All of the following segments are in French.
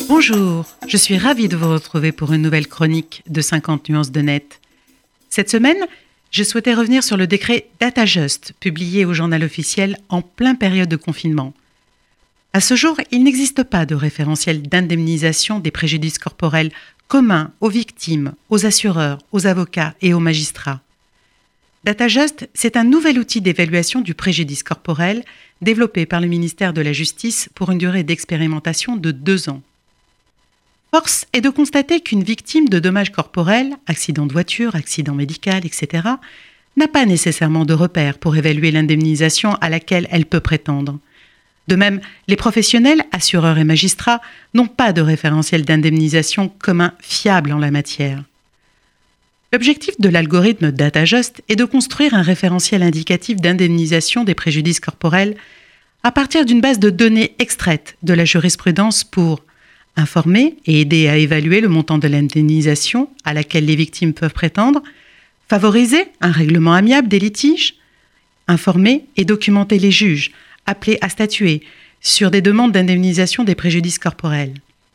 Bonjour, je suis ravie de vous retrouver pour une nouvelle chronique de 50 nuances de net. Cette semaine, je souhaitais revenir sur le décret DataJust, publié au Journal officiel en plein période de confinement. À ce jour, il n'existe pas de référentiel d'indemnisation des préjudices corporels commun aux victimes, aux assureurs, aux avocats et aux magistrats. DataJust, c'est un nouvel outil d'évaluation du préjudice corporel développé par le ministère de la Justice pour une durée d'expérimentation de 2 ans. Force est de constater qu'une victime de dommages corporels, accident de voiture, accident médical, etc., n'a pas nécessairement de repères pour évaluer l'indemnisation à laquelle elle peut prétendre. De même, les professionnels, assureurs et magistrats n'ont pas de référentiel d'indemnisation commun fiable en la matière. L'objectif de l'algorithme DataJust est de construire un référentiel indicatif d'indemnisation des préjudices corporels à partir d'une base de données extraite de la jurisprudence pour informer et aider à évaluer le montant de l'indemnisation à laquelle les victimes peuvent prétendre, favoriser un règlement amiable des litiges, informer et documenter les juges appelés à statuer sur des demandes d'indemnisation des préjudices corporels.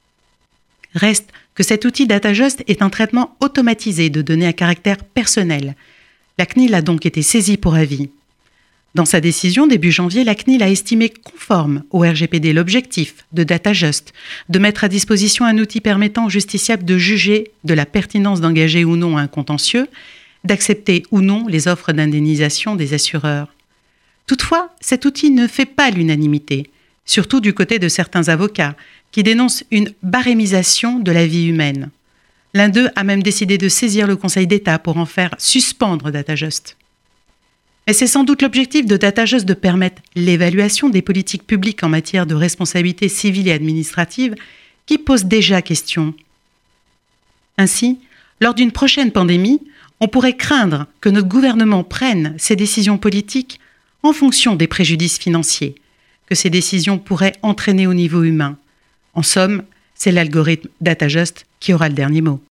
Reste que cet outil DataJust est un traitement automatisé de données à caractère personnel. La CNIL a donc été saisie pour avis. Dans sa décision début janvier, la CNIL a estimé conforme au RGPD l'objectif de DataJust de mettre à disposition un outil permettant aux justiciables de juger de la pertinence d'engager ou non un contentieux, d'accepter ou non les offres d'indemnisation des assureurs. Toutefois, cet outil ne fait pas l'unanimité, surtout du côté de certains avocats qui dénoncent une barémisation de la vie humaine. L'un d'eux a même décidé de saisir le Conseil d'État pour en faire suspendre DataJust. Mais c'est sans doute l'objectif de DataJust de permettre l'évaluation des politiques publiques en matière de responsabilité civile et administrative qui pose déjà question. Ainsi, lors d'une prochaine pandémie, on pourrait craindre que notre gouvernement prenne ses décisions politiques en fonction des préjudices financiers que ces décisions pourraient entraîner au niveau humain. En somme, c'est l'algorithme DataJust qui aura le dernier mot.